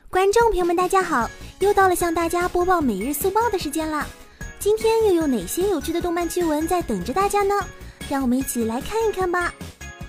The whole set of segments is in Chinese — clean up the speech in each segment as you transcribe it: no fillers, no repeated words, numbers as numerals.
观众朋友们大家好，又到了向大家播报每日速报的时间了。今天又有哪些有趣的动漫趣闻在等着大家呢？让我们一起来看一看吧。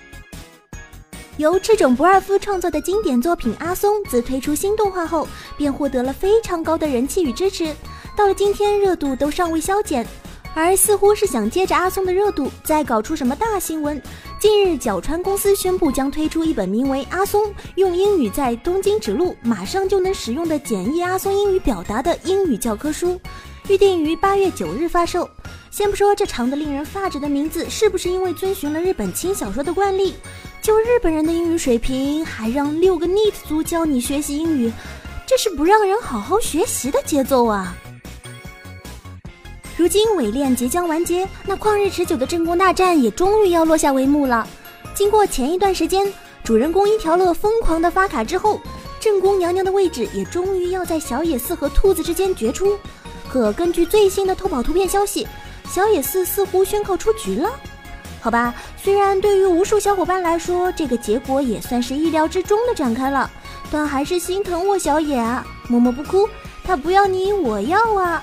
由赤冢不二夫创作的经典作品《阿松》自推出新动画后，便获得了非常高的人气与支持，到了今天热度都尚未消减，而似乎是想接着阿松的热度再搞出什么大新闻。近日角川公司宣布将推出一本名为《阿松：用英语在东京指路，马上就能使用的简易阿松英语表达》的英语教科书，预定于8月9日发售。先不说这长得令人发指的名字是不是因为遵循了日本轻小说的惯例，就日本人的英语水平还让6个 NEET 族教你学习英语，这是不让人好好学习的节奏啊。如今伪恋即将完结，那旷日持久的正宫大战也终于要落下帷幕了。经过前一段时间主人公一条乐疯狂的发卡之后，正宫娘娘的位置也终于要在小野寺和兔子之间决出。可根据最新的偷跑图片消息，小野寺似乎宣告出局了。好吧，虽然对于无数小伙伴来说这个结果也算是意料之中的展开了，但还是心疼我小野啊，默默不哭，他不要你我要啊。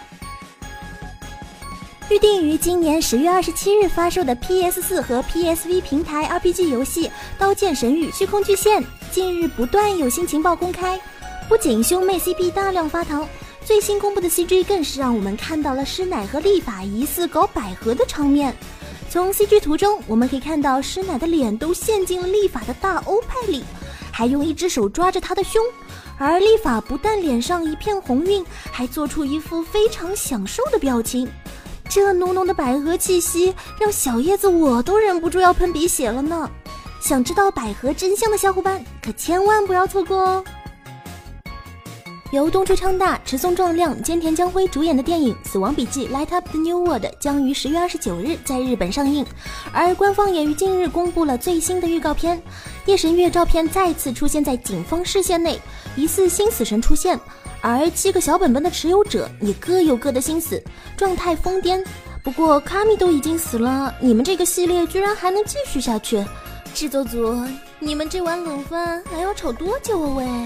预定于今年10月27日发售的 PS4 和 PSV 平台 RPG 游戏《刀剑神域：虚空巨线》近日不断有新情报公开，不仅兄妹 CP 大量发糖，最新公布的 CG 更是让我们看到了师奶和丽法疑似搞百合的场面。从 CG 图中我们可以看到师奶的脸都陷进了丽法的大欧派里，还用一只手抓着她的胸，而丽法不但脸上一片红晕，还做出一副非常享受的表情。这浓浓的百合气息让小叶子我都忍不住要喷鼻血了呢。想知道百合真相的小伙伴可千万不要错过哦。由东出昌大、池松壮亮、菅田将晖主演的电影《死亡笔记 Light Up the New World》将于10月29日在日本上映，而官方也于近日公布了最新的预告片。夜神月照片再次出现在警方视线内，疑似新死神出现，而7个小本本的持有者也各有各的心思，状态疯癫。不过卡米都已经死了，你们这个系列居然还能继续下去，制作组你们这碗冷饭还要炒多久啊喂？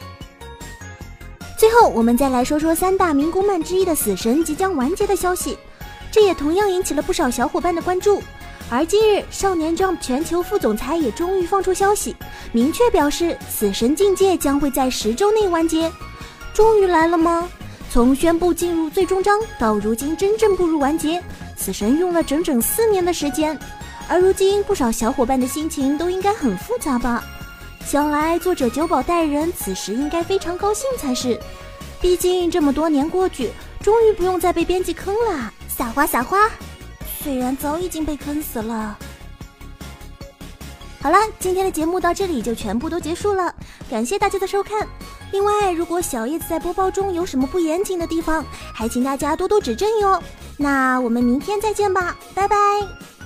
最后我们再来说说3大名公漫之一的死神即将完结的消息，这也同样引起了不少小伙伴的关注。而近日少年 Jump 全球副总裁也终于放出消息，明确表示死神境界将会在10周内完结。终于来了吗？从宣布进入最终章到如今真正步入完结，死神用了整整4年的时间，而如今不少小伙伴的心情都应该很复杂吧。想来作者久保带人此时应该非常高兴才是，毕竟这么多年过去，终于不用再被编辑坑了，撒花撒花，虽然早已经被坑死了。好了，今天的节目到这里就全部都结束了，感谢大家的收看。另外如果小叶子在播报中有什么不严谨的地方，还请大家多多指正哟。那我们明天再见吧，拜拜。